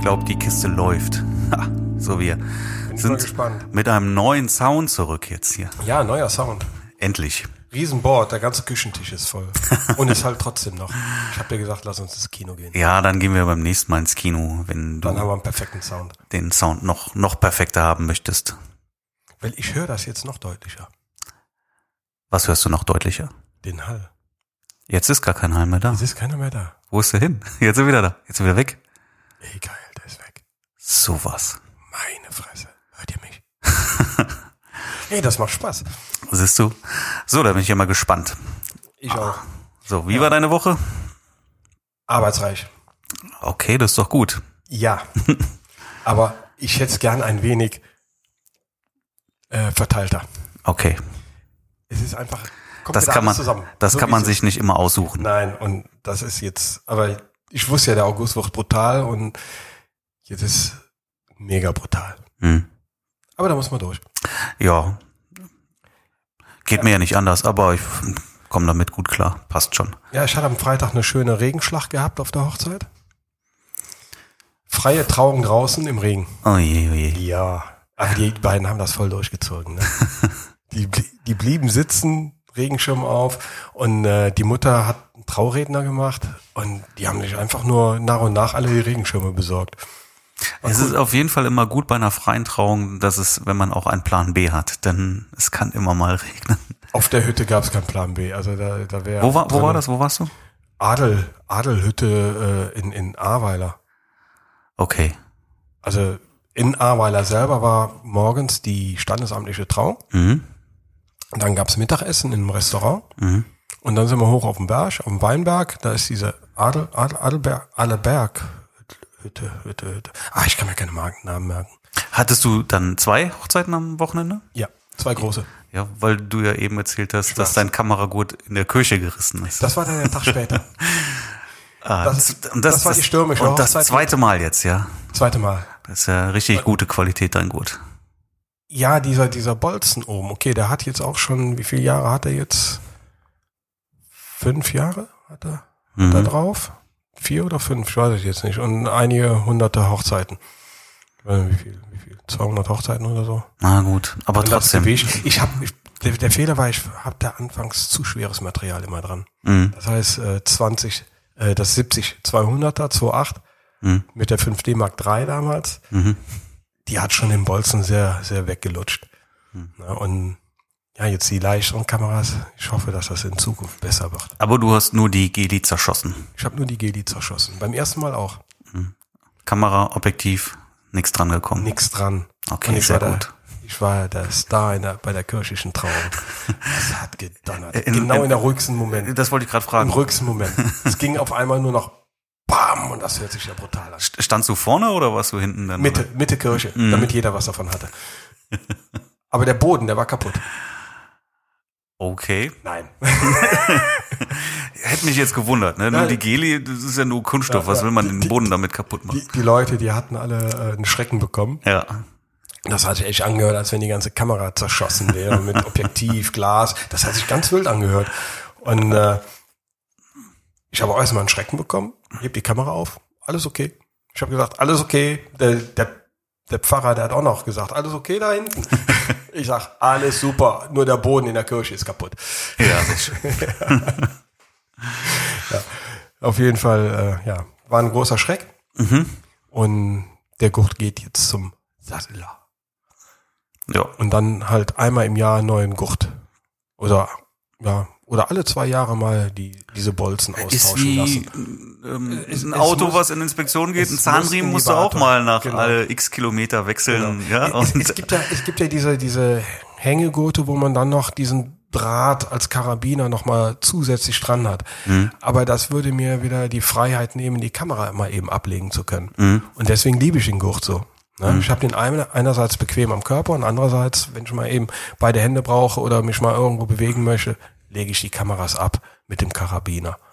glaube, die Kiste läuft. Ha, so wir sind gespannt. Mit einem neuen Sound zurück jetzt hier. Ja, neuer Sound. Endlich. Riesenboard, der ganze Küchentisch ist voll. Und ist halt trotzdem noch. Ich habe dir gesagt, lass uns ins Kino gehen. Ja, dann gehen wir beim nächsten Mal ins Kino, wenn du Dann haben wir einen perfekten Sound. Den Sound noch perfekter haben möchtest. Weil ich höre das jetzt noch deutlicher. Was hörst du noch deutlicher? Den Hall. Jetzt ist gar kein Hall mehr da. Jetzt ist keiner mehr da. Wo ist der hin? Jetzt ist er wieder da. Jetzt ist er wieder weg. Egal, der ist weg. Sowas. Meine Fresse. Hört ihr mich? Hey, das macht Spaß. Siehst du? So, da bin ich ja mal gespannt. Ich auch. So, wie war deine Woche? Arbeitsreich. Okay, das ist doch gut. Ja. Aber ich hätte es gern ein wenig verteilter. Okay. Es ist einfach, das kann man sich nicht immer aussuchen. Nein, und das ist jetzt, aber ich wusste ja, der August wird brutal und jetzt ist mega brutal. Aber da muss man durch. Ja. Geht mir ja nicht anders, aber ich komme damit gut klar. Passt schon. Ja, ich hatte am Freitag eine schöne Regenschlacht gehabt auf der Hochzeit. Freie Trauung draußen im Regen. Oh je, oh je. Ja, aber die beiden haben das voll durchgezogen. Ne? die blieben sitzen, Regenschirm auf und die Mutter hat einen Trauredner gemacht und die haben sich einfach nur nach und nach alle die Regenschirme besorgt. Es ist auf jeden Fall immer gut bei einer freien Trauung, dass es, wenn man auch einen Plan B hat, denn es kann immer mal regnen. Auf der Hütte gab es keinen Plan B. Also da wäre. Wo war das? Wo warst du? Adelhütte in Ahrweiler. Okay. Also in Ahrweiler selber war morgens die standesamtliche Trauung. Und dann gab's Mittagessen im Restaurant. Und dann sind wir hoch auf dem Berg, auf dem Weinberg. Da ist diese Adelberg. Hütte. Ich kann mir keine Markennamen merken. Hattest du dann 2 Hochzeiten am Wochenende? Ja, 2 große. Ja, weil du ja eben erzählt hast, dass dein Kameragurt in der Kirche gerissen ist. Das war dann der Tag später. Das war die stürmische Und das Hochzeit. zweite Mal jetzt, ja? Zweite Mal. Das ist ja richtig gute Qualität, dein Gurt. Ja, dieser Bolzen oben, okay, der hat jetzt auch schon, wie viele Jahre hat er jetzt? 5 Jahre hat er da drauf? 4 oder 5, ich weiß es jetzt nicht. Und einige hunderte Hochzeiten. Wie viel? 200 Hochzeiten oder so? Na gut, aber und trotzdem. Der Fehler war, ich habe da anfangs zu schweres Material immer dran. Das heißt, das 70-200er, 2.8 mit der 5D Mark III damals, die hat schon den Bolzen sehr, sehr weggelutscht. Und ja, jetzt die leichteren Kameras, ich hoffe, dass das in Zukunft besser wird. Aber du hast nur die Geli zerschossen. Ich habe nur die Geli zerschossen. Beim ersten Mal auch. Kamera, Objektiv, nichts dran gekommen. Nichts dran. Okay, sehr gut. Ich war der Star bei der kirchlichen Trauung. Das hat gedonnert. Genau in der ruhigsten Moment. Das wollte ich gerade fragen. Im ruhigsten Moment. Es ging auf einmal nur noch BAM und das hört sich ja brutal an. Standst du vorne oder warst du hinten dann? Mitte Kirche, damit jeder was davon hatte. Aber der Boden, der war kaputt. Okay. Nein. Hätte mich jetzt gewundert, ne? Nur die Geli, das ist ja nur Kunststoff. Was will man den Boden damit kaputt machen? Die Leute, die hatten alle einen Schrecken bekommen. Ja. Das hat sich echt angehört, als wenn die ganze Kamera zerschossen wäre mit Objektiv, Glas. Das hat sich ganz wild angehört. Und ich habe auch erstmal einen Schrecken bekommen. Heb die Kamera auf. Alles okay. Ich habe gesagt, alles okay. Der Pfarrer, der hat auch noch gesagt, alles okay da hinten. Ich sag, alles super, nur der Boden in der Kirche ist kaputt. Ja, sehr schön. Ja, auf jeden Fall, war ein großer Schreck. Und der Gurt geht jetzt zum Sattler. Ja. Und dann halt einmal im Jahr einen neuen Gurt. Oder alle 2 Jahre mal diese Bolzen austauschen lassen. Ist ein Auto, was in Inspektion geht, ein Zahnriemen musst du auch mal nach alle x Kilometer wechseln. Genau. Ja? Und es gibt ja diese Hängegurte, wo man dann noch diesen Draht als Karabiner nochmal zusätzlich dran hat. Aber das würde mir wieder die Freiheit nehmen, die Kamera mal eben ablegen zu können. Und deswegen liebe ich den Gurt so. Ne? Ich habe den einerseits bequem am Körper und andererseits, wenn ich mal eben beide Hände brauche oder mich mal irgendwo bewegen möchte, lege ich die Kameras ab mit dem Karabiner.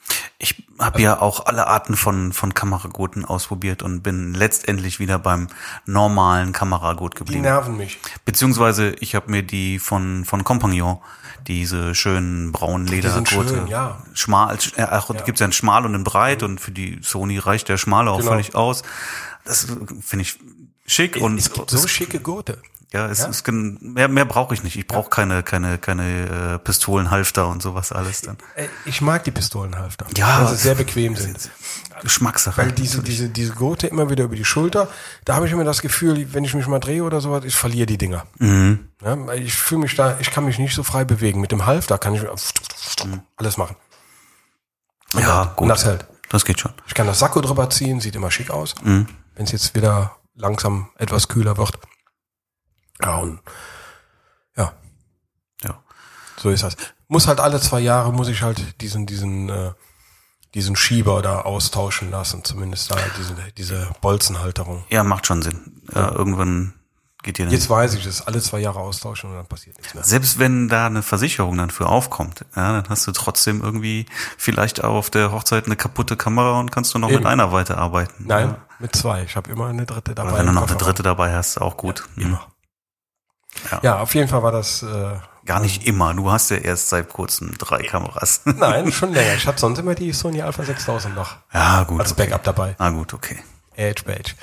Ich habe ja auch alle Arten von Kameragurten ausprobiert und bin letztendlich wieder beim normalen Kameragurt Die geblieben. nerven mich. Beziehungsweise ich habe mir die von Compagnon, diese schönen braunen Ledergurte. schön, ja. Schmal, gibt's ja in schmal und in breit und für die Sony reicht der schmale auch völlig aus. Das finde ich schick und es gibt so schicke Gurte. ja, mehr brauche ich nicht. Ich brauche keine Pistolenhalfter und sowas alles dann. Ich mag die Pistolenhalfter. Ja, weil sie sehr bequem sind. Geschmackssache. Weil diese Gurte immer wieder über die Schulter, da habe ich immer das Gefühl, wenn ich mich mal drehe oder sowas, ich verliere die Dinger. Mhm. Ja, weil ich fühle mich da, ich kann mich nicht so frei bewegen. Mit dem Halfter kann ich alles machen. Und Ja, und gut. das hält. Das geht schon. Ich kann das Sakko drüber ziehen, sieht immer schick aus. Wenn es jetzt wieder langsam etwas kühler wird. Ja, und ja, so ist das. Muss halt alle 2 Jahre, muss ich halt diesen Schieber da austauschen lassen, zumindest da diese Bolzenhalterung. Ja, macht schon Sinn. Irgendwann geht dir dann. Jetzt weiß ich es, alle 2 Jahre austauschen und dann passiert nichts mehr. Selbst wenn da eine Versicherung dann für aufkommt, ja, dann hast du trotzdem irgendwie vielleicht auch auf der Hochzeit eine kaputte Kamera und kannst du noch mit einer weiterarbeiten. Nein, Ja. mit 2. Ich habe immer eine dritte dabei. Oder wenn du noch eine dritte dabei hast, auch gut. Ja, immer. Ja. Ja, auf jeden Fall war das Gar nicht immer. Du hast ja erst seit kurzem 3 Kameras. nein, schon länger. Ich hatte sonst immer die Sony Alpha 6000 noch Ja, gut. als Backup dabei. Na gut, okay. Edge Badge.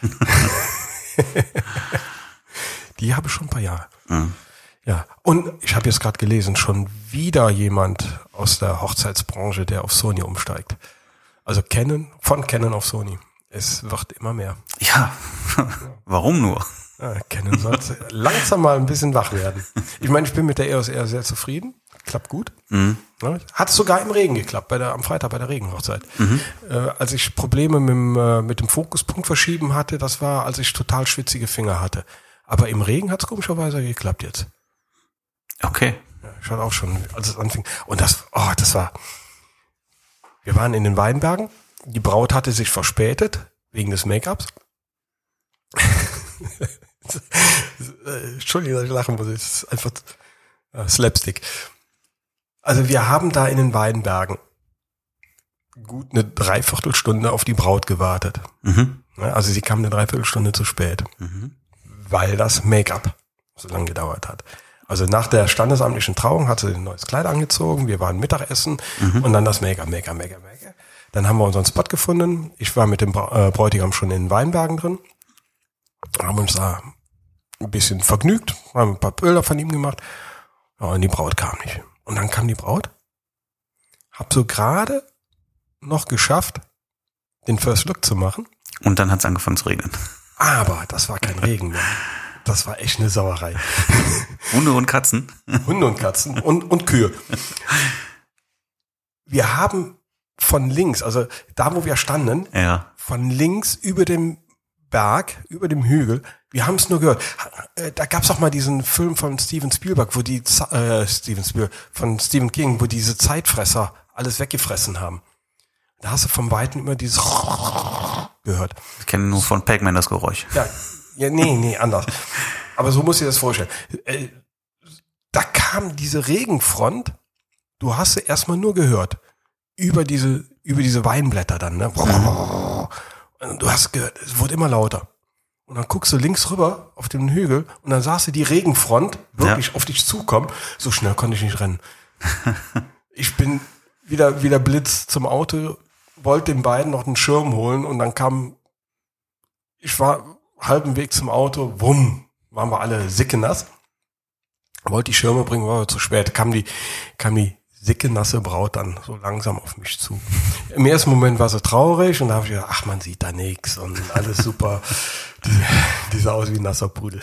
Die habe ich schon ein paar Jahre. Ja, und ich habe jetzt gerade gelesen, schon wieder jemand aus der Hochzeitsbranche, der auf Sony umsteigt. Also von Canon auf Sony. Es wird immer mehr. Ja, warum nur? Ja, Canon sollte langsam mal ein bisschen wach werden. Ich meine, ich bin mit der EOS R sehr zufrieden. Klappt gut. Ja, hat sogar im Regen geklappt, am Freitag bei der Regenhochzeit. Als ich Probleme mit dem Fokuspunkt verschieben hatte, das war, als ich total schwitzige Finger hatte. Aber im Regen hat es komischerweise geklappt jetzt. Okay. Ja, ich hatte auch schon, als es anfing. Und das war, wir waren in den Weinbergen. Die Braut hatte sich verspätet, wegen des Make-ups. Entschuldigung, dass ich lachen muss. Es ist einfach Slapstick. Also wir haben da in den Weinbergen gut eine Dreiviertelstunde auf die Braut gewartet. Ja, also sie kam eine Dreiviertelstunde zu spät, weil das Make-up so lange gedauert hat. Also nach der standesamtlichen Trauung hat sie ein neues Kleid angezogen, wir waren Mittagessen und dann das Make-up. Dann haben wir unseren Spot gefunden. Ich war mit dem Bräutigam schon in den Weinbergen drin, haben uns da ein bisschen vergnügt, haben ein paar Bilder von ihm gemacht. Ja, und die Braut kam nicht. Und dann kam die Braut, hab so gerade noch geschafft, den First Look zu machen. Und dann hat es angefangen zu regnen. Aber das war kein Regen mehr. Das war echt eine Sauerei. Hunde und Katzen. Hunde und Katzen und Kühe. Wir haben von links, also da, wo wir standen, Ja. von links über dem Berg, über dem Hügel, wir haben es nur gehört. Da gab es auch mal diesen Film von Steven Spielberg, wo von Stephen King, wo diese Zeitfresser alles weggefressen haben. Da hast du vom Weiten immer dieses gehört. Ich kenne nur von Pac-Man das Geräusch. Ja, nee, anders. Aber so musst du dir das vorstellen. Da kam diese Regenfront, du hast sie erstmal nur gehört. Über diese Weinblätter dann, ne? Und du hast gehört, es wurde immer lauter. Und dann guckst du links rüber auf den Hügel und dann sahst du die Regenfront wirklich auf dich zukommen. So schnell konnte ich nicht rennen. Ich bin wieder Blitz zum Auto, wollte den beiden noch einen Schirm holen und dann ich war halben Weg zum Auto, wumm, waren wir alle sickenass. Wollte die Schirme bringen, war aber zu spät. Kam die sickenasse Braut dann so langsam auf mich zu. Im ersten Moment war sie traurig und da habe ich gedacht, ach, man sieht da nichts und alles super. Die sah aus wie ein nasser Pudel.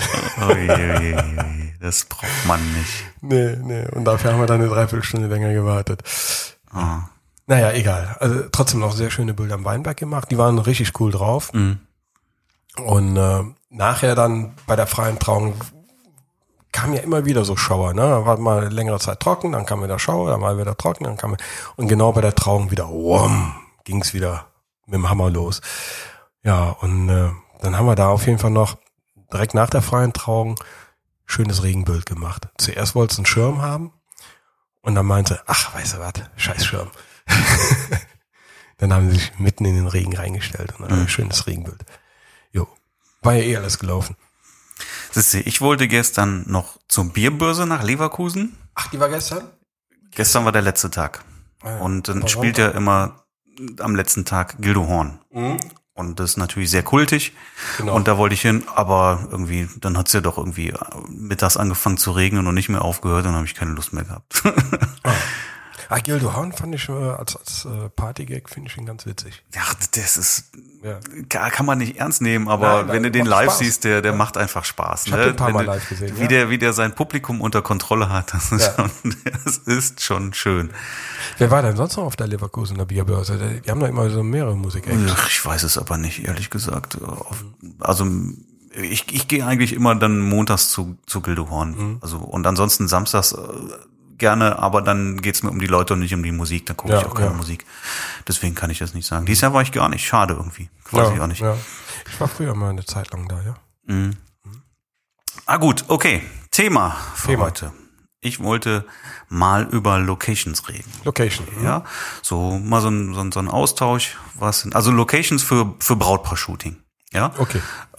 Das braucht man nicht. Nee. Und dafür haben wir dann eine Dreiviertelstunde länger gewartet. Oh. Naja, egal. Also trotzdem noch sehr schöne Bilder am Weinberg gemacht. Die waren richtig cool drauf. Und nachher dann bei der freien Trauung kam ja immer wieder so Schauer, ne? Da war mal längere Zeit trocken, dann kam wieder Schauer, dann war wieder trocken, und genau bei der Trauung wieder, ging's wieder mit dem Hammer los. Ja, und dann haben wir da auf jeden Fall noch direkt nach der freien Trauung schönes Regenbild gemacht. Zuerst wollte es einen Schirm haben und dann meinte, ach, weißt du was, scheiß Schirm. Dann haben sie sich mitten in den Regen reingestellt und ein schönes Regenbild. Jo, war ja eh alles gelaufen. Siehst du, ich wollte gestern noch zur Bierbörse nach Leverkusen. Ach, die war gestern? Gestern war der letzte Tag. Ja, und dann spielt ja immer am letzten Tag Gildo Horn. Und das ist natürlich sehr kultig. Genau. Und da wollte ich hin, aber irgendwie, dann hat's ja doch irgendwie mittags angefangen zu regnen und nicht mehr aufgehört, und dann habe ich keine Lust mehr gehabt. Gildo Horn fand ich als Partygag, finde ich ihn ganz witzig. Ja, das ist, Ja. kann man nicht ernst nehmen, aber Nein, wenn du den macht live Spaß. siehst, der macht einfach Spaß. Ich hab den ein paar Mal live gesehen, Wie der sein Publikum unter Kontrolle hat, das ist schon schön. Wer war denn sonst noch auf der Leverkusener Bierbörse? Die haben da immer so mehrere Musikacts. Ich weiß es aber nicht, ehrlich gesagt. Also ich gehe eigentlich immer dann montags zu Gildo Horn. Also, und ansonsten samstags gerne, aber dann geht's mir um die Leute und nicht um die Musik. Da gucke ich auch keine Musik. Deswegen kann ich das nicht sagen. Dieses Jahr war ich gar nicht. Schade irgendwie. Weiß ich auch nicht. Ja. Ich war früher mal eine Zeit lang da, ja. Gut, okay. Thema für heute. Ich wollte mal über Locations reden. Location. Ja, so mal so ein Austausch. Also Locations für Brautpaar-Shooting. Ja. Okay.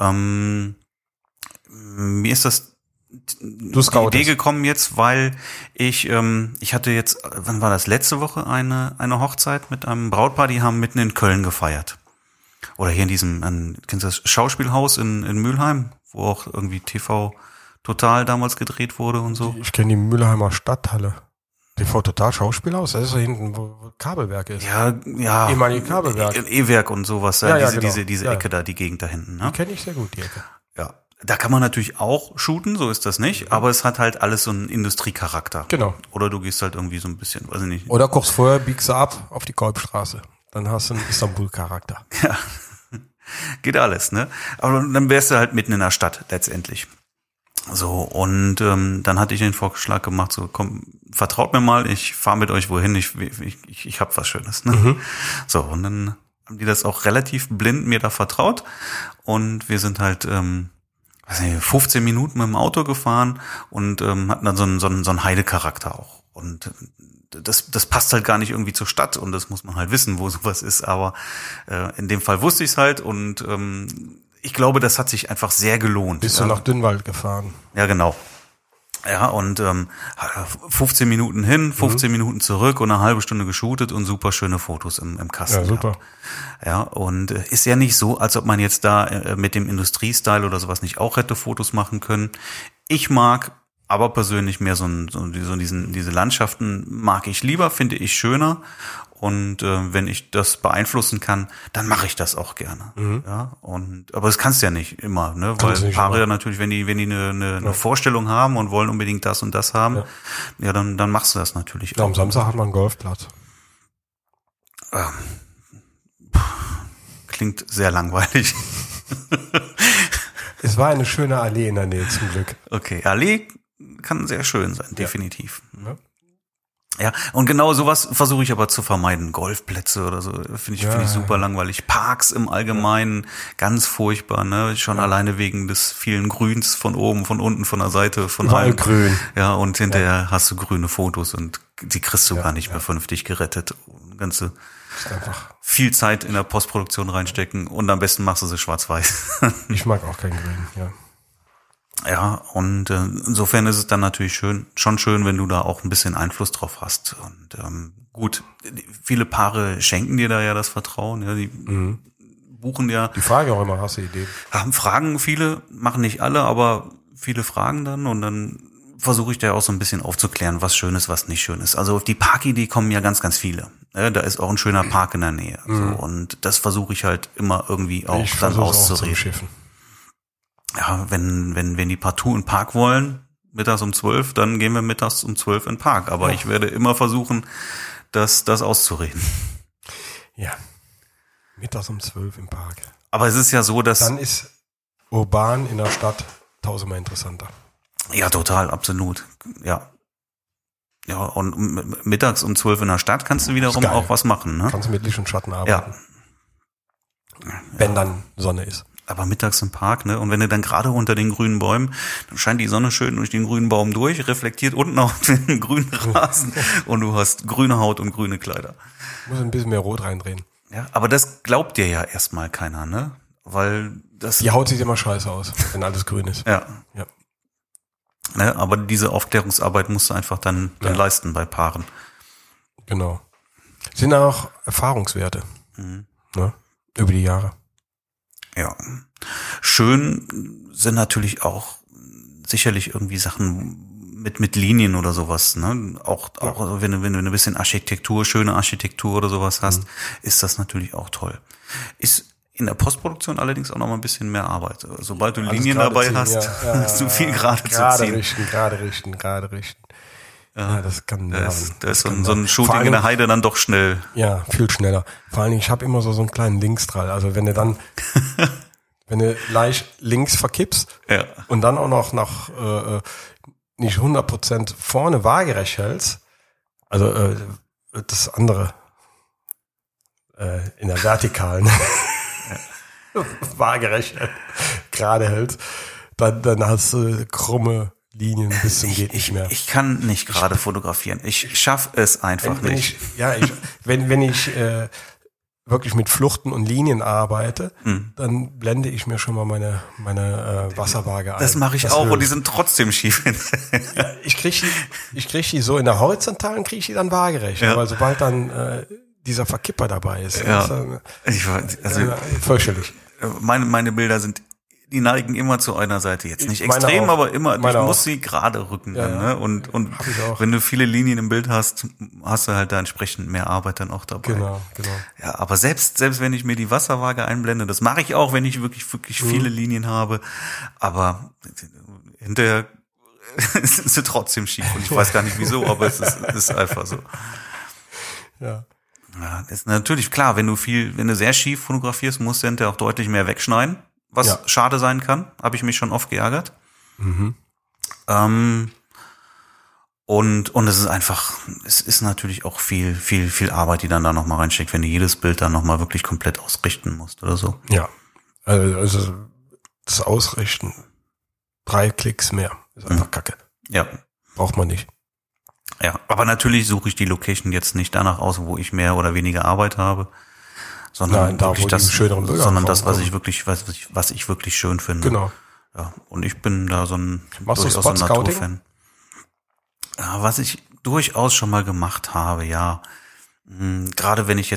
Mir ist das Du die Idee gekommen jetzt, weil ich hatte jetzt, wann war das, letzte Woche eine Hochzeit mit einem Brautpaar, die haben mitten in Köln gefeiert. Oder hier in diesem, kennst du das Schauspielhaus in Mülheim, wo auch irgendwie TV Total damals gedreht wurde und so. Ich kenne die Mülheimer Stadthalle. TV Total Schauspielhaus, das ist da hinten, wo Kabelwerk ist. Ja. Ehemalige Kabelwerk. E-Werk und sowas, diese Ecke da, die Gegend da hinten. Ne? Die kenne ich sehr gut, die Ecke. Ja. Da kann man natürlich auch shooten, so ist das nicht, aber es hat halt alles so einen Industriecharakter. Genau. Oder du gehst halt irgendwie so ein bisschen, weiß ich nicht. Oder kurz vorher biegst du ab auf die Kolbstraße. Dann hast du einen Istanbul-Charakter. Ja. Geht alles, ne? Aber dann wärst du halt mitten in der Stadt letztendlich. So, und dann hatte ich den Vorschlag gemacht, so komm, vertraut mir mal, ich fahre mit euch wohin, ich hab was Schönes. Ne? So, und dann haben die das auch relativ blind mir da vertraut, und wir sind halt 15 Minuten mit dem Auto gefahren und hatten dann so einen Heidecharakter auch. Und das passt halt gar nicht irgendwie zur Stadt, und das muss man halt wissen, wo sowas ist. Aber in dem Fall wusste ich es halt, und ich glaube, das hat sich einfach sehr gelohnt. Bist du nach Dünnwald gefahren? Ja, genau. Ja, und 15 Minuten hin, 15 Minuten zurück und eine halbe Stunde geshootet und super schöne Fotos im Kasten. Ja, super. Gehabt. Ja, und ist ja nicht so, als ob man jetzt da mit dem Industriestyle oder sowas nicht auch hätte Fotos machen können. Ich mag aber persönlich mehr diese Landschaften mag ich lieber, finde ich schöner. Und wenn ich das beeinflussen kann, dann mache ich das auch gerne. Ja, aber das kannst du ja nicht immer, ne? Weil Paare ja natürlich, wenn die eine Vorstellung haben und wollen unbedingt das und das haben, ja dann machst du das natürlich auch. Am Samstag hat man einen Golfplatz. Klingt sehr langweilig. Es war eine schöne Allee in der Nähe, zum Glück. Okay, Allee kann sehr schön sein, definitiv. Ja, und genau sowas versuche ich aber zu vermeiden. Golfplätze oder so, finde ich super langweilig. Parks im Allgemeinen, ganz furchtbar, ne? Schon alleine wegen des vielen Grüns von oben, von unten, von der Seite, von allem. Grün. Ja, und hinterher hast du grüne Fotos und die kriegst du gar nicht mehr vernünftig gerettet. Ganze viel Zeit in der Postproduktion reinstecken, und am besten machst du sie schwarz-weiß. Ich mag auch kein Grün, ja. Ja, und insofern ist es dann natürlich schon schön, wenn du da auch ein bisschen Einfluss drauf hast. Und gut, viele Paare schenken dir da ja das Vertrauen, ja, die buchen ja. Die fragen auch immer, hast du Ideen? Fragen viele, machen nicht alle, aber viele fragen dann, und dann versuche ich da auch so ein bisschen aufzuklären, was schön ist, was nicht schön ist. Also auf die Parkidee kommen ja ganz, ganz viele. Ja, da ist auch ein schöner Park in der Nähe. So, und das versuche ich halt immer irgendwie auch dann auszureden. Ja, wenn die partout in den Park wollen, mittags um 12, dann gehen wir mittags um 12 in den Park. Aber ich werde immer versuchen, das auszureden. Ja, mittags um 12 im Park. Aber es ist ja so, dass... Dann ist urban in der Stadt tausendmal interessanter. Ja, total, absolut. Ja. Ja, und mittags um 12 in der Stadt kannst du wiederum auch was machen. Ne? Kannst du mit Licht und Schatten arbeiten. Ja. Wenn dann Sonne ist. Aber mittags im Park, ne? Und wenn du dann gerade unter den grünen Bäumen, dann scheint die Sonne schön durch den grünen Baum durch, reflektiert unten auf den grünen Rasen, und du hast grüne Haut und grüne Kleider. Muss ein bisschen mehr Rot reindrehen. Ja, aber das glaubt dir ja erstmal keiner, ne? Weil das. Die Haut sieht immer scheiße aus, wenn alles grün ist. Ja. Ja. Ne, aber diese Aufklärungsarbeit musst du einfach dann leisten bei Paaren. Genau. Sind auch Erfahrungswerte. Ne? Über die Jahre. Ja. Schön sind natürlich auch sicherlich irgendwie Sachen mit Linien oder sowas, ne? Auch wenn du ein bisschen schöne Architektur oder sowas hast, ist das natürlich auch toll. Ist in der Postproduktion allerdings auch noch mal ein bisschen mehr Arbeit. Sobald du Linien dabei hast, hast du viel gerade zu ziehen. Gerade richten. Ja, das kann nerven. Da ist so ein Shooting in der Heide dann doch schnell. Ja, viel schneller. Vor allen Dingen, ich habe immer so einen kleinen Linksdrall. Also wenn du dann, wenn du leicht links verkippst und dann auch noch nach nicht 100% vorne waagerecht hältst, also das andere in der vertikalen waagerecht gerade hältst, dann hast du krumme Linien bis zum geht nicht mehr. Ich kann nicht gerade fotografieren. Ich schaffe es einfach nicht. Wenn ich wirklich mit Fluchten und Linien arbeite, dann blende ich mir schon mal meine Wasserwaage ein. Das mache ich auch und die sind trotzdem schief. Ja, ich krieg die so in der horizontalen, kriege ich die dann waagerecht. Ja. Aber sobald dann dieser Verkipper dabei ist, fürchterlich. Meine Bilder die neigen immer zu einer Seite. Jetzt nicht extrem, aber immer, ich muss sie gerade rücken. Dann, ne? Und wenn du viele Linien im Bild hast, hast du halt da entsprechend mehr Arbeit dann auch dabei. Genau. Ja, aber selbst wenn ich mir die Wasserwaage einblende, das mache ich auch, wenn ich wirklich viele Linien habe, aber hinterher ist sie trotzdem schief und ich weiß gar nicht wieso, aber es ist einfach so. Ja. Ja, das ist natürlich klar, wenn du sehr schief fotografierst, musst du hinterher auch deutlich mehr wegschneiden. Was schade sein kann, habe ich mich schon oft geärgert. Und es ist einfach, es ist natürlich auch viel Arbeit, die dann da nochmal reinsteckt, wenn du jedes Bild dann nochmal wirklich komplett ausrichten musst oder so. Ja, also das Ausrichten, 3 Klicks mehr, ist einfach Kacke. Ja. Braucht man nicht. Ja, aber natürlich suche ich die Location jetzt nicht danach aus, wo ich mehr oder weniger Arbeit habe. Sondern da, wirklich das was ich wirklich schön finde. Genau. Ja, und ich bin da so ein Naturfan. Ja, was ich durchaus schon mal gemacht habe, ja. Gerade wenn ich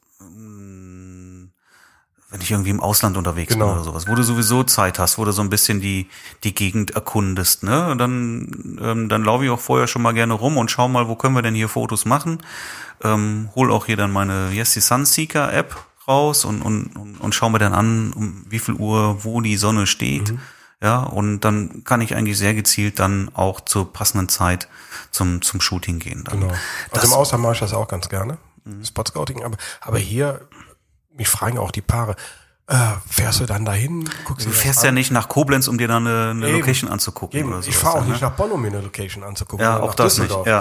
irgendwie im Ausland unterwegs bin oder sowas, wo du sowieso Zeit hast, wo du so ein bisschen die Gegend erkundest, ne? Und dann laufe ich auch vorher schon mal gerne rum und schau mal, wo können wir denn hier Fotos machen. Hol auch hier dann meine die Sunseeker App raus und schau mir dann an, um wie viel Uhr, wo die Sonne steht. Ja, und dann kann ich eigentlich sehr gezielt dann auch zur passenden Zeit zum Shooting gehen. Dann. Genau. Also im Ausland mache ich das auch ganz gerne. Spot-Scouting, aber hier, mich fragen auch die Paare, fährst du dann dahin? Du fährst ja nicht nach Koblenz, um dir dann eine Location anzugucken. Oder so. Ich fahre auch nicht nach Bonn, um mir eine Location anzugucken. Ja, auch das nicht. Ja.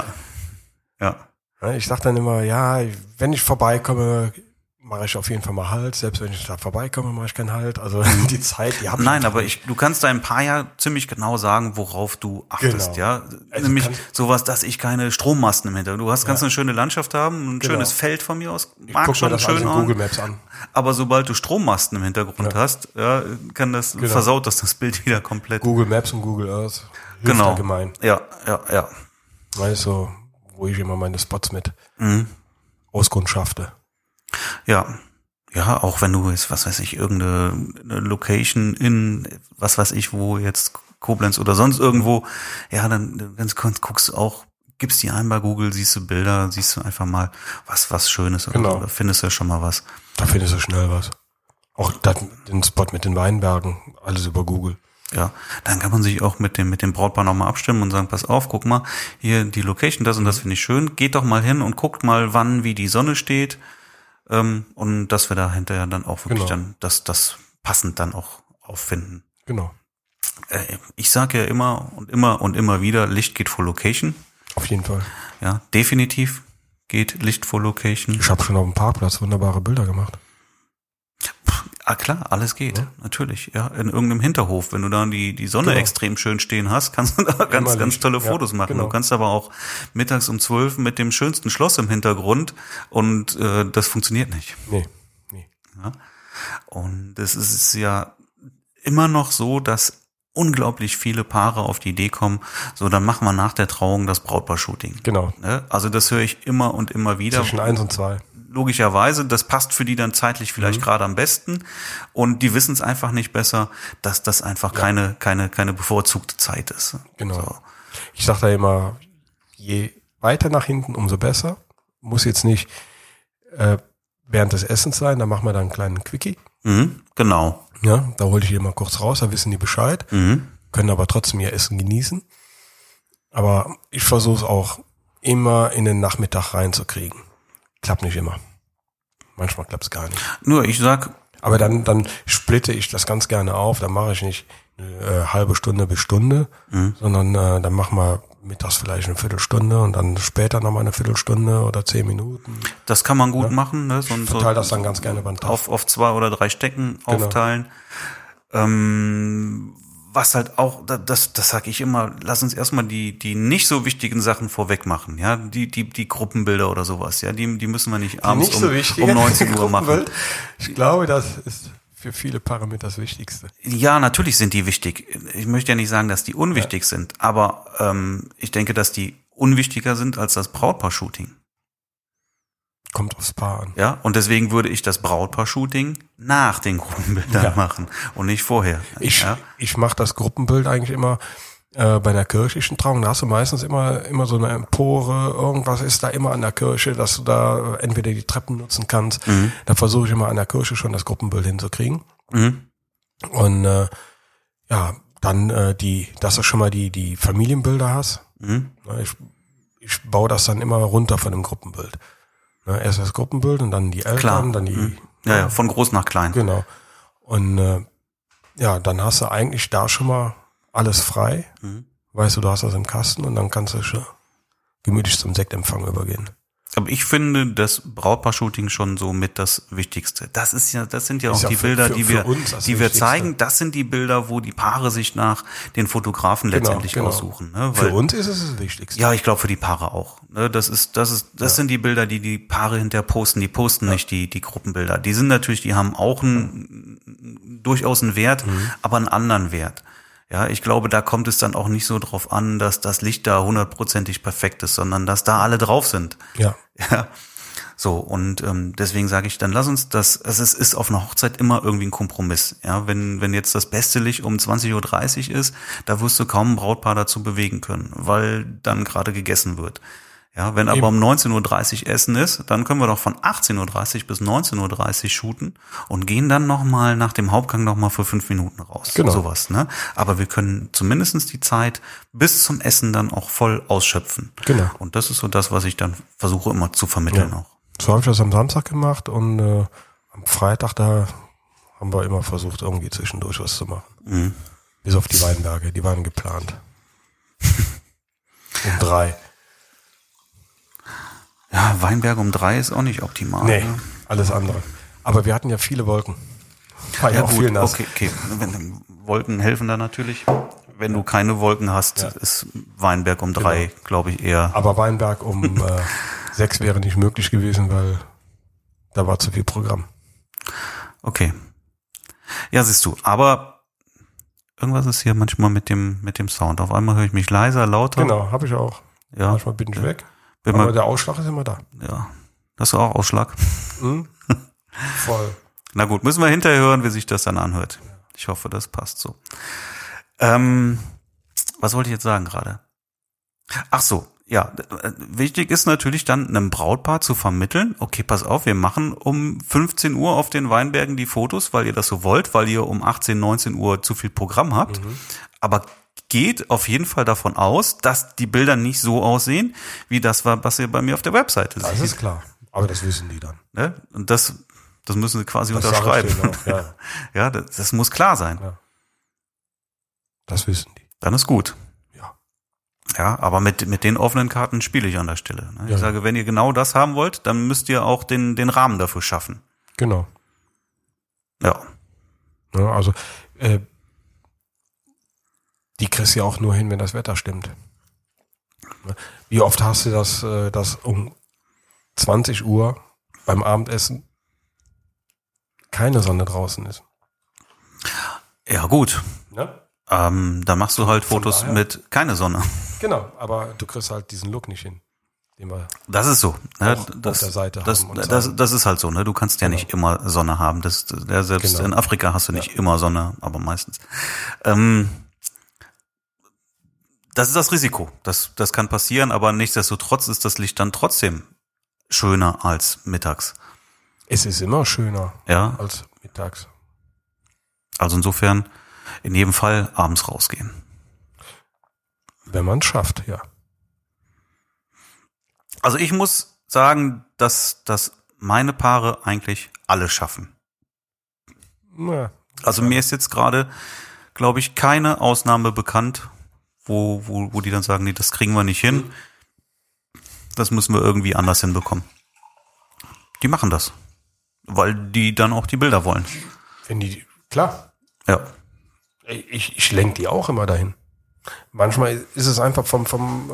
Ich sag dann immer, wenn ich vorbeikomme, mache ich auf jeden Fall mal Halt. Selbst wenn ich da vorbeikomme, mache ich keinen Halt. Also die Zeit, die habe ich. Nein, aber du kannst da ein paar Jahr ziemlich genau sagen, worauf du achtest, ja. Also nämlich sowas, dass ich keine Strommasten im Hintergrund. Du kannst eine schöne Landschaft haben, ein schönes Feld von mir aus. Mag schon schön aus. Google Maps an. Aber sobald du Strommasten im Hintergrund hast, versaut das Bild wieder komplett. Google Maps und Google Earth. Genau. Allgemein. Ja. Weißt du, wo ich immer meine Spots mit auskundschafte. Ja, auch wenn du jetzt, was weiß ich, irgendeine Location in, was weiß ich, wo jetzt Koblenz oder sonst irgendwo, dann guckst du auch, gibst die ein bei Google, siehst du Bilder, siehst du einfach mal was Schönes oder so, da findest du ja schon mal was. Da findest du schnell was. Auch den Spot mit den Weinbergen, alles über Google. Ja, dann kann man sich auch mit dem Brautpaar nochmal abstimmen und sagen, pass auf, guck mal, hier die Location, das und das finde ich schön, geht doch mal hin und guckt mal, wann, wie die Sonne steht. Und dass wir da hinterher dann auch wirklich dann das passend dann auch auffinden. Genau. Ich sage ja immer wieder, Licht geht vor Location. Auf jeden Fall. Ja, definitiv geht Licht vor Location. Ich habe schon auf dem Parkplatz wunderbare Bilder gemacht. Klar, alles geht, natürlich. Ja, in irgendeinem Hinterhof, wenn du da die Sonne extrem schön stehen hast, kannst du da ganz tolle Fotos machen. Genau. Du kannst aber auch mittags um 12 mit dem schönsten Schloss im Hintergrund und das funktioniert nicht. Nee. Ja? Und es ist ja immer noch so, dass unglaublich viele Paare auf die Idee kommen, so dann machen wir nach der Trauung das Brautpaar-Shooting. Genau. Ne? Also das höre ich immer und immer wieder. Zwischen 1 und 2. Logischerweise, das passt für die dann zeitlich vielleicht gerade am besten und die wissen es einfach nicht besser, dass das einfach keine bevorzugte Zeit ist. Genau. So. Ich sage da immer, je weiter nach hinten, umso besser. Muss jetzt nicht während des Essens sein, da machen wir dann einen kleinen Quickie. Genau. Ja, da hole ich die mal kurz raus, da wissen die Bescheid, können aber trotzdem ihr Essen genießen. Aber ich versuche es auch immer in den Nachmittag reinzukriegen. Klappt nicht immer. Manchmal klappt es gar nicht. Nur ich sag, aber dann splitte ich das ganz gerne auf. Dann mache ich nicht eine halbe Stunde bis Stunde, sondern dann machen wir mittags vielleicht eine Viertelstunde und dann später nochmal eine Viertelstunde oder 10 Minuten. das kann man gut machen. Ne? Ich verteile das dann ganz gerne beim Tag. Auf 2 oder 3 Stecken aufteilen. Was halt auch, das sage ich immer, lass uns erstmal die nicht so wichtigen Sachen vorweg machen, ja, die Gruppenbilder oder sowas, ja, die müssen wir nicht abends um 19 Uhr machen. Ich glaube, das ist für viele Paare mit das Wichtigste. Ja, natürlich sind die wichtig. Ich möchte ja nicht sagen, dass die unwichtig sind, aber ich denke, dass die unwichtiger sind als das Brautpaar-Shooting. Kommt aufs Paar an. Ja, und deswegen würde ich das Brautpaar-Shooting nach den Gruppenbildern machen und nicht vorher. Ich mache das Gruppenbild eigentlich immer bei einer kirchlichen Trauung. Da hast du meistens immer so eine Empore, irgendwas ist da immer an der Kirche, dass du da entweder die Treppen nutzen kannst. Da versuche ich immer an der Kirche schon das Gruppenbild hinzukriegen. Und dann dass du schon mal die Familienbilder hast. Ich baue das dann immer runter von dem Gruppenbild. Erst das Gruppenbild und dann die Eltern, Klar. dann die... Ja, von groß nach klein. Genau. Und dann hast du eigentlich da schon mal alles frei. Weißt du hast das im Kasten und dann kannst du schon gemütlich zum Sektempfang übergehen. Aber ich finde das Brautpaar-Shooting schon so mit das Wichtigste. Das sind ja auch die Bilder, die wir zeigen. Das sind die Bilder, wo die Paare sich nach den Fotografen letztendlich aussuchen. Ne? Für uns ist es das Wichtigste. Ja, ich glaube für die Paare auch. Ne? Das sind die Bilder, die Paare hinterher posten. Die posten nicht die Gruppenbilder. Die sind natürlich, die haben auch durchaus einen Wert, aber einen anderen Wert. Ja, ich glaube, da kommt es dann auch nicht so drauf an, dass das Licht da 100%ig perfekt ist, sondern dass da alle drauf sind. Ja. So, und deswegen sage ich, dann lass uns es ist auf einer Hochzeit immer irgendwie ein Kompromiss. Ja, wenn jetzt das beste Licht um 20:30 Uhr ist, da wirst du kaum ein Brautpaar dazu bewegen können, weil dann gerade gegessen wird. Ja, wenn aber um 19:30 Uhr Essen ist, dann können wir doch von 18:30 Uhr bis 19:30 Uhr shooten und gehen dann nochmal nach dem Hauptgang nochmal für 5 Minuten raus. Genau. Sowas, ne? Aber wir können zumindest die Zeit bis zum Essen dann auch voll ausschöpfen. Genau. Und das ist so das, was ich dann versuche immer zu vermitteln auch. So habe ich das am Samstag gemacht und am Freitag, da haben wir immer versucht, irgendwie zwischendurch was zu machen. Bis auf die Weinberge, die waren geplant. Um 3. Ja, Weinberg um 3 ist auch nicht optimal. Nee, ne? alles andere. Aber wir hatten ja viele Wolken. War ja auch viel nass. Okay. Wolken helfen da natürlich. Wenn du keine Wolken hast, ist Weinberg um 3, glaube ich, eher. Aber Weinberg um 6 wäre nicht möglich gewesen, weil da war zu viel Programm. Okay. Ja, siehst du, aber irgendwas ist hier manchmal mit dem Sound. Auf einmal höre ich mich leiser, lauter. Genau, habe ich auch. Ja. Manchmal bin ich weg. Aber der Ausschlag ist immer da. Ja. Hast du auch Ausschlag? Voll. Na gut, müssen wir hinterher hören, wie sich das dann anhört. Ich hoffe, das passt so. Was wollte ich jetzt sagen gerade? Ach so, ja. Wichtig ist natürlich dann, einem Brautpaar zu vermitteln, okay, pass auf, wir machen um 15 Uhr auf den Weinbergen die Fotos, weil ihr das so wollt, weil ihr um 18, 19 Uhr zu viel Programm habt. Aber geht auf jeden Fall davon aus, dass die Bilder nicht so aussehen, wie das war, was ihr bei mir auf der Webseite seht. Das ist klar. Aber das wissen die dann. Ne? Und das müssen sie quasi unterschreiben. Ja, das muss klar sein. Ja. Das wissen die. Dann ist gut. Ja. Ja, aber mit den offenen Karten spiele ich an der Stelle. Ne? Ich sage, wenn ihr genau das haben wollt, dann müsst ihr auch den Rahmen dafür schaffen. Genau. Ja. Ja, also die kriegst du ja auch nur hin, wenn das Wetter stimmt. Wie oft hast du das um 20 Uhr beim Abendessen keine Sonne draußen ist. Ja, gut. Ne? Da machst du halt Fotos daher. mit keine Sonne. Genau, aber du kriegst halt diesen Look nicht hin, den wir Das ist so. Ne? auf der Seite das, haben und das ist halt so. Ne? Du kannst ja nicht immer Sonne haben. Selbst in Afrika hast du nicht immer Sonne, aber meistens. Das ist das Risiko. Das kann passieren, aber nichtsdestotrotz ist das Licht dann trotzdem schöner als mittags. Es ist immer schöner als mittags. Also insofern in jedem Fall abends rausgehen. Wenn man es schafft, ja. Also ich muss sagen, dass meine Paare eigentlich alle schaffen. Ja. Also mir ist jetzt gerade, glaube ich, keine Ausnahme bekannt, wo die dann sagen, nee, das kriegen wir nicht hin. Das müssen wir irgendwie anders hinbekommen. Die machen das, weil die dann auch die Bilder wollen. Wenn die, klar. Ja. Ich lenke die auch immer dahin. Manchmal ist es einfach vom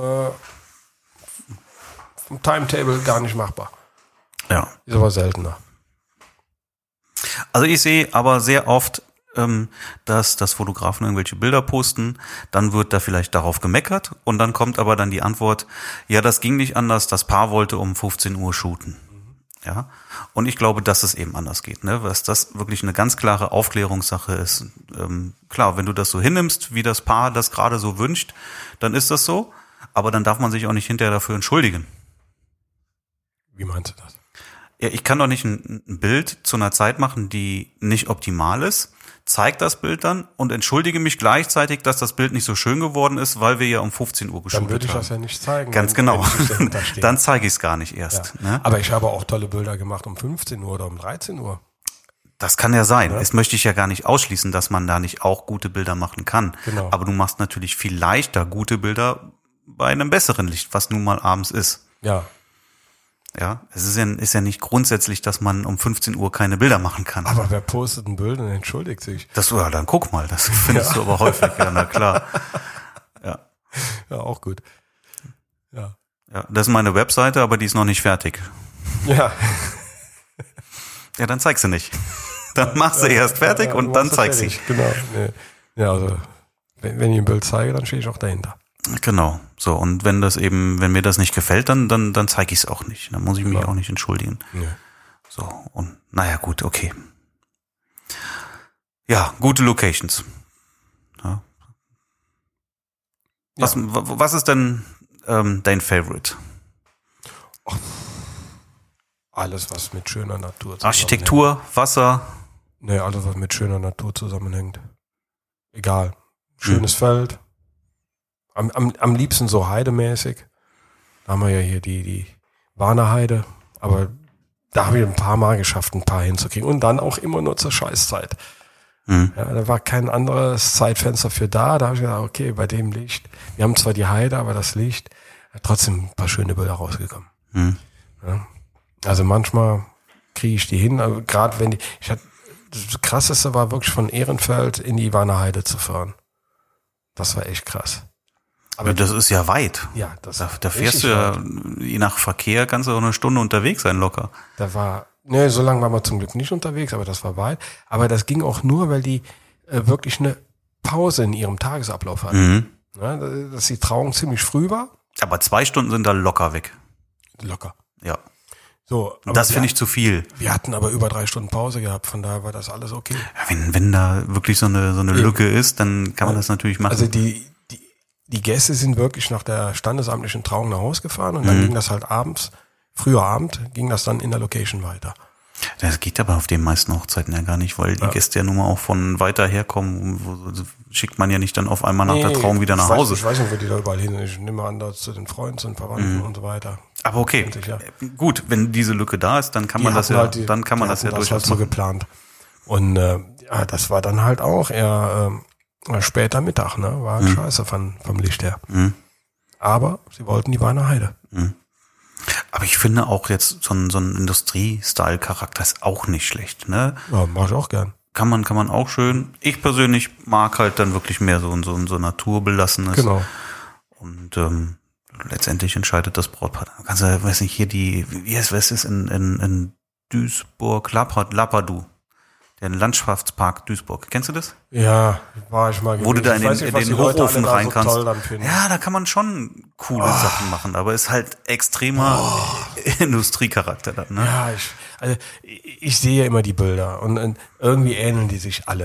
Timetable gar nicht machbar. Ja. Ist aber seltener. Also ich sehe aber sehr oft, dass Fotografen irgendwelche Bilder posten, dann wird da vielleicht darauf gemeckert und dann kommt aber dann die Antwort, ja, das ging nicht anders, das Paar wollte um 15 Uhr shooten. Ja, und ich glaube, dass es eben anders geht, ne, dass das wirklich eine ganz klare Aufklärungssache ist. Klar, wenn du das so hinnimmst, wie das Paar das gerade so wünscht, dann ist das so, aber dann darf man sich auch nicht hinterher dafür entschuldigen. Wie meinst du das? Ja, ich kann doch nicht ein Bild zu einer Zeit machen, die nicht optimal ist, zeig das Bild dann und entschuldige mich gleichzeitig, dass das Bild nicht so schön geworden ist, weil wir ja um 15 Uhr geshootet haben. Dann würde ich das ja nicht zeigen. Ganz genau. Dann zeige ich es gar nicht erst. Ja. Ne? Aber ich habe auch tolle Bilder gemacht um 15 Uhr oder um 13 Uhr. Das kann ja sein. Ja. Das möchte ich ja gar nicht ausschließen, dass man da nicht auch gute Bilder machen kann. Genau. Aber du machst natürlich viel leichter gute Bilder bei einem besseren Licht, was nun mal abends ist. Ja. Ja, es ist ja nicht grundsätzlich, dass man um 15 Uhr keine Bilder machen kann. Aber wer postet ein Bild und entschuldigt sich? Ja, dann guck mal, das findest du aber häufig, ja, na klar. Ja. Ja, auch gut. Ja. Ja, das ist meine Webseite, aber die ist noch nicht fertig. Ja. Ja, dann zeig sie nicht. Dann machst du erst fertig und dann zeig sie. Genau. Nee. Ja, also wenn ich ein Bild zeige, dann stehe ich auch dahinter. Genau. So, und wenn mir das nicht gefällt, dann zeige ich es auch nicht. Dann muss ich mich auch nicht entschuldigen. Nee. So, und naja, gut, okay. Ja, gute Locations. Ja. Was ist denn dein Favorite? Alles, was mit schöner Natur zusammenhängt. Architektur, Wasser? Nee, alles, was mit schöner Natur zusammenhängt. Egal. Schönes Feld. Am liebsten so heidemäßig. Da haben wir ja hier die Warnerheide. Aber da habe ich ein paar Mal geschafft, ein paar hinzukriegen. Und dann auch immer nur zur Scheißzeit. Mhm. Ja, da war kein anderes Zeitfenster für da. Da habe ich gedacht, okay, bei dem Licht. Wir haben zwar die Heide, aber das Licht hat trotzdem ein paar schöne Bilder rausgekommen. Mhm. Ja. Also manchmal kriege ich die hin. Also gerade wenn das Krasseste war wirklich von Ehrenfeld in die Warnerheide zu fahren. Das war echt krass. Aber das ist ja weit. Ja, Da fährst du ja, je nach Verkehr, kannst du auch eine Stunde unterwegs sein, locker. So lange waren wir zum Glück nicht unterwegs, aber das war weit. Aber das ging auch nur, weil die wirklich eine Pause in ihrem Tagesablauf hatten. Mhm. Ja, dass die Trauung ziemlich früh war. Aber 2 Stunden sind da locker weg. Locker. Ja. So, aber Das finde ich zu viel. Wir hatten aber über 3 Stunden Pause gehabt, von daher war das alles okay. Ja, wenn da wirklich so eine Lücke ist, dann kann man das natürlich machen. Also die Gäste sind wirklich nach der standesamtlichen Trauung nach Hause gefahren und dann ging das halt früher Abend, ging das dann in der Location weiter. Das geht aber auf den meisten Hochzeiten ja gar nicht, weil die Gäste ja nun mal auch von weiter herkommen. Schickt man ja nicht dann auf einmal nach der Trauung wieder nach Hause. Ich weiß nicht, wo die da überall hin sind. Ich nehme an, da zu den Freunden, zu den Verwandten und so weiter. Aber okay, gut, wenn diese Lücke da ist, dann kann man das ja, durchaus halt so geplant. Und das war dann halt auch eher später Mittag, ne? War halt scheiße vom Licht her. Mhm. Aber sie wollten die Warnerheide. Mhm. Aber ich finde auch jetzt so ein Industrie-Style-Charakter ist auch nicht schlecht, ne? Ja, mach ich auch gern. Kann man auch schön. Ich persönlich mag halt dann wirklich mehr so naturbelassenes. Genau. Und letztendlich entscheidet das Brautpaar. Du kannst ja, weiß nicht, hier was ist in Duisburg, Lappadu. Der Landschaftspark Duisburg. Kennst du das? Ja, war ich mal gewesen. Wo du da in Ich weiß den, nicht, was in die den Leute Hochofen alle da rein so kannst. toll dann finden. Ja, da kann man schon coole Sachen machen, aber ist halt extremer Industriecharakter dann, ne? Ja, ich sehe ja immer die Bilder und irgendwie ähneln die sich alle.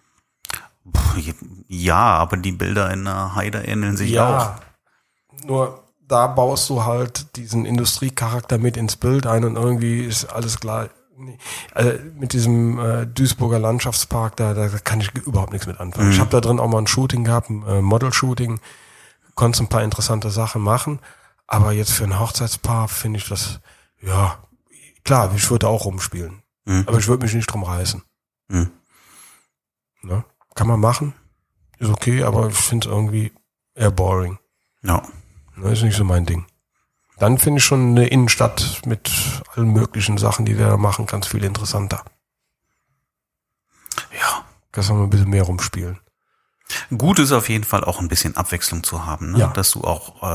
Ja, aber die Bilder in der Heide ähneln sich auch. Nur da baust du halt diesen Industriecharakter mit ins Bild ein und irgendwie ist alles gleich. Nee. Also mit diesem Duisburger Landschaftspark, da kann ich überhaupt nichts mit anfangen. Ich habe da drin auch mal ein Shooting gehabt, ein Model-Shooting, konnte ein paar interessante Sachen machen, aber jetzt für ein Hochzeitspaar finde ich das, ja, klar, ich würde auch rumspielen, aber ich würde mich nicht drum reißen. Ne? Kann man machen, ist okay, aber ich finde es irgendwie eher boring. Ja. Das ist nicht so mein Ding. Dann finde ich schon eine Innenstadt mit allen möglichen Sachen, die du da machen kannst, viel interessanter. Ja. Kannst du mal ein bisschen mehr rumspielen. Gut ist auf jeden Fall auch ein bisschen Abwechslung zu haben, ne? Ja. Dass du auch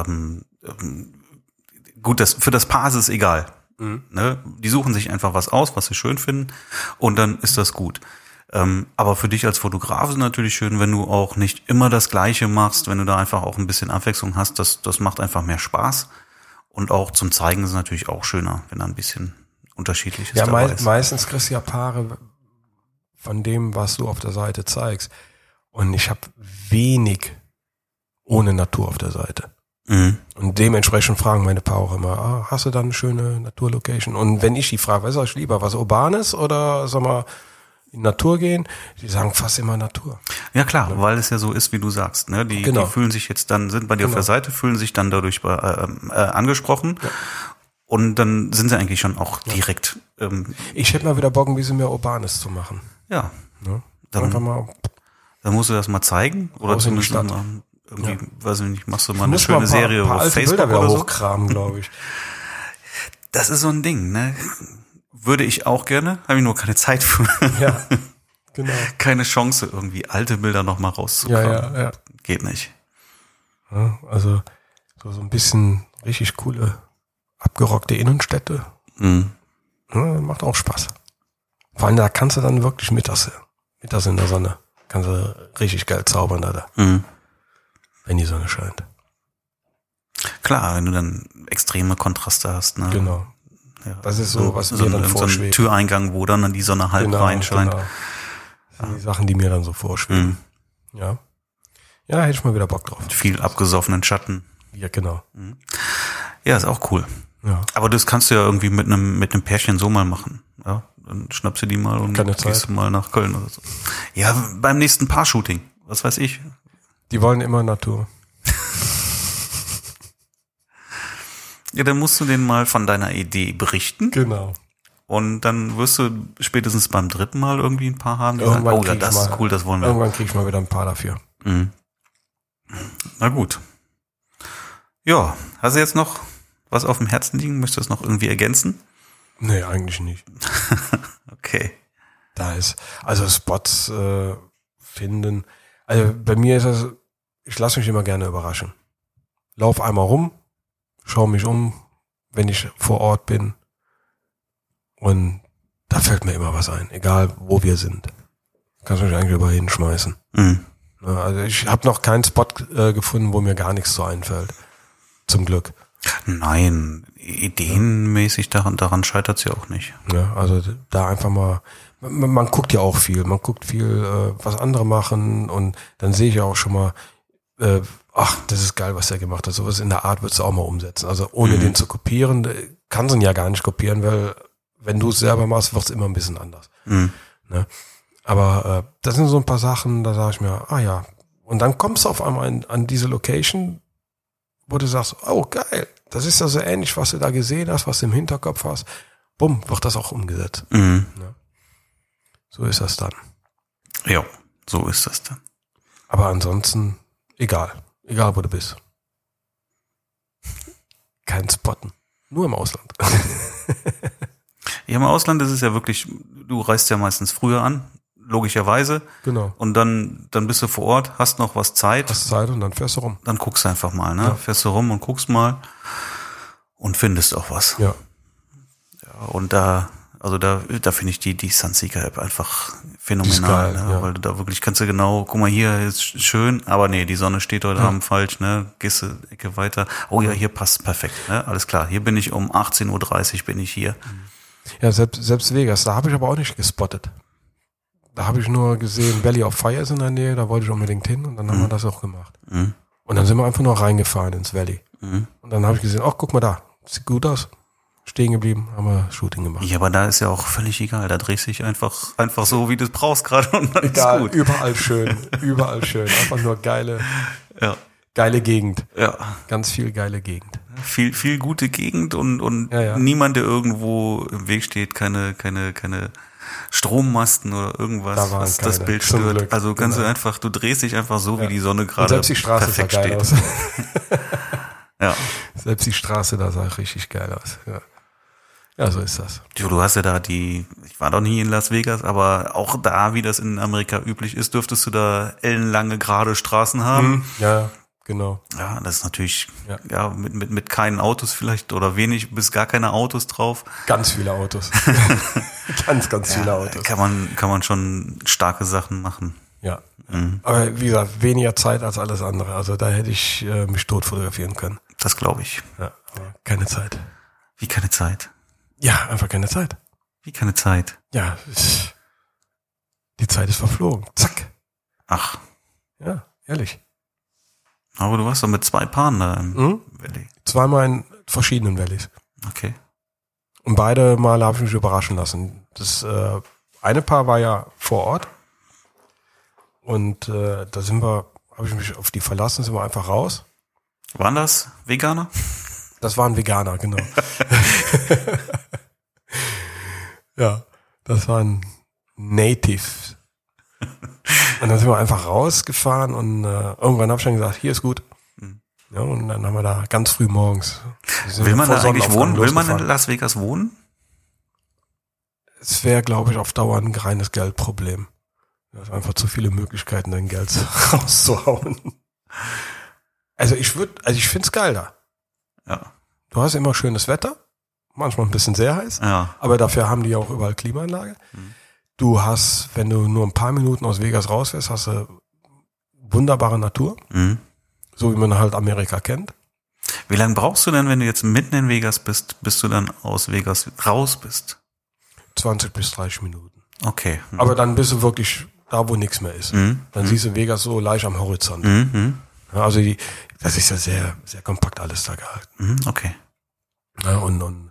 gut, für das Paar ist es egal. Ne? Die suchen sich einfach was aus, was sie schön finden, und dann ist das gut. Aber für dich als Fotograf ist es natürlich schön, wenn du auch nicht immer das Gleiche machst, wenn du da einfach auch ein bisschen Abwechslung hast. Das macht einfach mehr Spaß. Und auch zum Zeigen ist es natürlich auch schöner, wenn da ein bisschen Unterschiedliches dabei ist. Meistens kriegst du ja Paare von dem, was du auf der Seite zeigst. Und ich habe wenig ohne Natur auf der Seite. Und dementsprechend fragen meine Paare auch immer, hast du da eine schöne Naturlocation? Und wenn ich die frage, was ist euch lieber, was Urbanes oder sag mal in Natur gehen? Die sagen fast immer Natur. Ja klar, weil es ja so ist, wie du sagst. Ne? Die fühlen sich jetzt dann, sind bei dir auf der Seite, fühlen sich dann dadurch angesprochen. Ja. Und dann sind sie eigentlich schon auch direkt. Ich hätte mal wieder Bock, ein bisschen mehr Urbanes zu machen. Ja. Dann musst du das mal zeigen. Oder zumindest mal irgendwie, weiß ich nicht, machst du mal eine schöne Serie auf Facebook Bilder oder so. Hochkramen, glaube ich. Das ist so ein Ding, ne? Würde ich auch gerne, habe ich nur keine Zeit für. Ja, genau. Keine Chance, irgendwie alte Bilder nochmal rauszukramen. Ja. Geht nicht. Ja, also so ein bisschen richtig coole, abgerockte Innenstädte. Ja, macht auch Spaß. Vor allem, da kannst du dann wirklich mittags in der Sonne, kannst du richtig geil zaubern da. Wenn die Sonne scheint. Klar, wenn du dann extreme Kontraste hast. Ne? Genau. Ja, das ist so, was mir dann vorschwebt. So ein Türeingang, wo dann die Sonne halb reinscheint. Genau. Das sind die Sachen, die mir dann so vorschweben. Ja. Ja, hätte ich mal wieder Bock drauf. Mit viel abgesoffenen Schatten. Ja, genau. Ja, ist auch cool. Ja. Aber das kannst du ja irgendwie mit einem Pärchen so mal machen. Ja, dann schnappst du die mal und gehst du mal nach Köln oder so. Ja, beim nächsten Paar-Shooting. Was weiß ich. Die wollen immer Natur. Ja, dann musst du denen mal von deiner Idee berichten. Genau. Und dann wirst du spätestens beim dritten Mal irgendwie ein Paar haben, die sagen, oh ja, das ist cool, das wollen wir. Irgendwann krieg ich mal wieder ein Paar dafür. Na gut. Ja, hast du jetzt noch was auf dem Herzen liegen? Möchtest du das noch irgendwie ergänzen? Nee, eigentlich nicht. Okay. Da ist, also Spots finden. Also bei mir ist das, ich lasse mich immer gerne überraschen. Lauf einmal rum, schau mich um, wenn ich vor Ort bin. Und da fällt mir immer was ein, egal wo wir sind. Kannst du mich eigentlich überall hinschmeißen. Also ich habe noch keinen Spot gefunden, wo mir gar nichts so einfällt. Zum Glück. Nein, ideenmäßig daran scheitert es ja auch nicht. Ja, also da einfach mal, man guckt ja auch viel, was andere machen, und dann sehe ich ja auch schon mal, das ist geil, was der gemacht hat. Sowas in der Art würdest du auch mal umsetzen. Also ohne den zu kopieren, kannst du ihn ja gar nicht kopieren, weil wenn du es selber machst, wird es immer ein bisschen anders. Ne? Aber das sind so ein paar Sachen, da sage ich mir, ja. Und dann kommst du auf einmal an diese Location, wo du sagst, oh geil, das ist ja so ähnlich, was du da gesehen hast, was du im Hinterkopf hast. Bumm, wird das auch umgesetzt. Ja. So ist das dann. Ja, so ist das dann. Aber ansonsten, egal wo du bist. Kein Spotten. Nur im Ausland. Ja, im Ausland ist es ja wirklich, du reist ja meistens früher an, logischerweise. Genau. Und dann bist du vor Ort, hast noch was Zeit. Hast Zeit und dann fährst du rum. Dann guckst du einfach mal, ne? Ja. Fährst du rum und guckst mal und findest auch was. Ja. Ja, und da Also da finde ich die Sunseeker-App einfach phänomenal, geil, ne? ja. Weil du da wirklich kannst du genau, guck mal, hier ist schön, aber nee, die Sonne steht heute Abend falsch, ne? Gehst du Ecke weiter. Oh ja, hier passt perfekt, ne? Alles klar, hier bin ich um 18:30 Uhr bin ich hier. Ja, selbst Vegas, da habe ich aber auch nicht gespottet. Da habe ich nur gesehen, Valley of Fire ist in der Nähe, da wollte ich unbedingt hin und dann haben wir das auch gemacht. Mhm. Und dann sind wir einfach nur reingefahren ins Valley. Mhm. Und dann habe ich gesehen, ach, guck mal da, sieht gut aus. Stehen geblieben, haben wir Shooting gemacht. Ja, aber da ist ja auch völlig egal. Da drehst du dich einfach so, wie du es brauchst gerade und dann Egal, ist gut. überall schön. Einfach nur geile Gegend. Ja. Ganz viel geile Gegend. Viel gute Gegend und Ja. niemand, der irgendwo im Weg steht, keine Strommasten oder irgendwas, Da waren was keine, das Bild zum stört. Glück. Also ganz Genau. einfach, du drehst dich einfach so, wie die Sonne Und gerade selbst die Straße sah perfekt geil steht. aus. Ja. Selbst die Straße da sah richtig geil aus. Ja, so ist das. Du hast ja da ich war noch nie in Las Vegas, aber auch da, wie das in Amerika üblich ist, dürftest du da ellenlange gerade Straßen haben. Ja, genau. Ja, das ist natürlich, Ja. mit keinen Autos vielleicht oder wenig bis gar keine Autos drauf. Ganz viele Autos. ganz viele Autos. Kann man schon starke Sachen machen. Ja. Aber wie gesagt, weniger Zeit als alles andere. Also da hätte ich mich tot fotografieren können. Das glaube ich. Ja, aber keine Zeit. Wie keine Zeit? Ja, einfach keine Zeit. Wie keine Zeit? Ja, die Zeit ist verflogen. Zack. Ach, Ja, ehrlich. aber du warst doch mit 2 Paaren da im Valley. Zweimal in verschiedenen Valleys. Okay. Und beide Male habe ich mich überraschen lassen. Das eine Paar war ja vor Ort. Und da habe ich mich auf die verlassen, sind wir einfach raus. Waren das Veganer? Das war ein Veganer, genau. Ja, das waren Natives. Und dann sind wir einfach rausgefahren und irgendwann habe ich dann gesagt, hier ist gut. Ja, und dann haben wir da ganz früh morgens. Will man vor da eigentlich Sonnenaufgang wohnen? Will man in losgefahren. Las Vegas wohnen? Es wäre, glaube ich, auf Dauer ein reines Geldproblem. Du hast einfach zu viele Möglichkeiten, dein Geld rauszuhauen. Also ich finde es geil da. Ja. Du hast immer schönes Wetter, manchmal ein bisschen sehr heiß, Ja. aber dafür haben die ja auch überall Klimaanlage. Du hast, wenn du nur ein paar Minuten aus Vegas raus fährst, hast du wunderbare Natur, so wie man halt Amerika kennt. Wie lange brauchst du denn, wenn du jetzt mitten in Vegas bist, bis du dann aus Vegas raus bist? 20 bis 30 Minuten. Okay. Aber dann bist du wirklich da, wo nichts mehr ist. Dann siehst du Vegas so leicht am Horizont. Ja, also das ist ja sehr, sehr kompakt alles da gehalten. Okay. Ja, und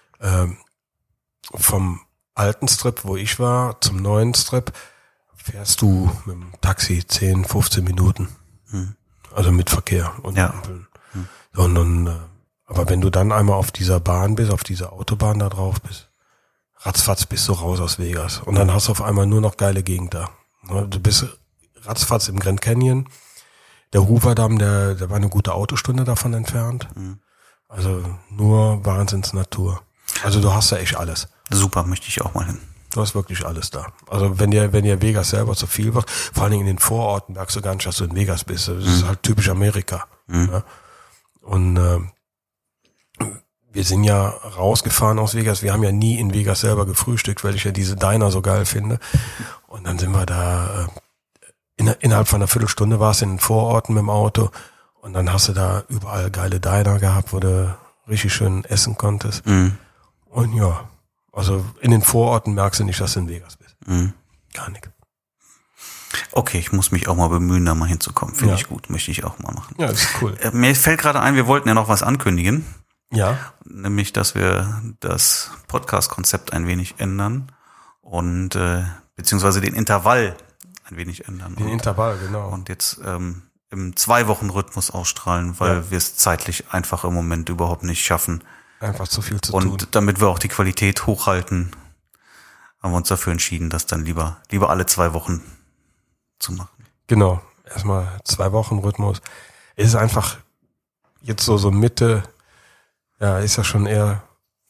vom alten Strip, wo ich war, zum neuen Strip, fährst du mit dem Taxi 10, 15 Minuten. Also mit Verkehr und Ja. Ampeln. Aber wenn du dann einmal auf dieser Bahn bist, auf dieser Autobahn da drauf bist, ratzfatz bist du raus aus Vegas. Und dann hast du auf einmal nur noch geile Gegend da. Du bist ratzfatz im Grand Canyon. Der Hoover-Damm, der war eine gute Autostunde davon entfernt. Also nur Wahnsinns Natur. Also du hast da echt alles. Super, möchte ich auch mal hin. Du hast wirklich alles da. Also wenn dir Vegas selber zu viel wird, vor allen Dingen in den Vororten merkst du gar nicht, dass du in Vegas bist. Das ist halt typisch Amerika. Ja. Und wir sind ja rausgefahren aus Vegas. Wir haben ja nie in Vegas selber gefrühstückt, weil ich ja diese Diner so geil finde. Und dann sind wir da, innerhalb von einer Viertelstunde warst du in den Vororten mit dem Auto. Und dann hast du da überall geile Diner gehabt, wo du richtig schön essen konntest. Und ja, also in den Vororten merkst du nicht, dass du in Vegas bist. Gar nicht. Okay, ich muss mich auch mal bemühen, da mal hinzukommen. Finde Ja. ich gut, möchte ich auch mal machen. Ja, das ist cool. Mir fällt gerade ein, wir wollten ja noch was ankündigen. Ja. Nämlich, dass wir das Podcast-Konzept ein wenig ändern und beziehungsweise den Intervall ein wenig ändern. Den Intervall, genau. Und jetzt im 2-Wochen-Rhythmus ausstrahlen, weil wir es zeitlich einfach im Moment überhaupt nicht schaffen. Einfach zu viel zu tun. Und damit wir auch die Qualität hochhalten, haben wir uns dafür entschieden, das dann lieber alle 2 Wochen zu machen. Genau. Erstmal 2 Wochen Rhythmus. Es ist einfach jetzt so Mitte, ja, ist ja schon eher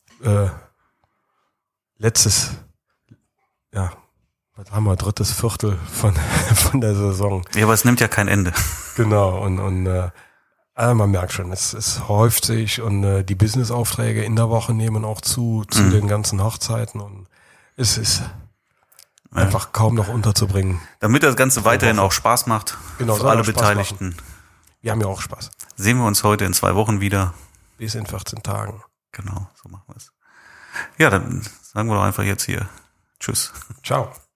letztes, ja, was haben wir, 3. Viertel von der Saison. Ja, aber es nimmt ja kein Ende. Genau, und also man merkt schon, es häuft sich und die Businessaufträge in der Woche nehmen auch zu den ganzen Hochzeiten und Es ist einfach kaum noch unterzubringen. Damit das Ganze weiterhin auch Spaß macht. Genau, für soll alle auch Spaß Beteiligten. Wir haben ja auch Spaß. Sehen wir uns heute in 2 Wochen wieder. Bis in 14 Tagen. Genau, so machen wir es. Ja, dann sagen wir doch einfach jetzt hier Tschüss. Ciao.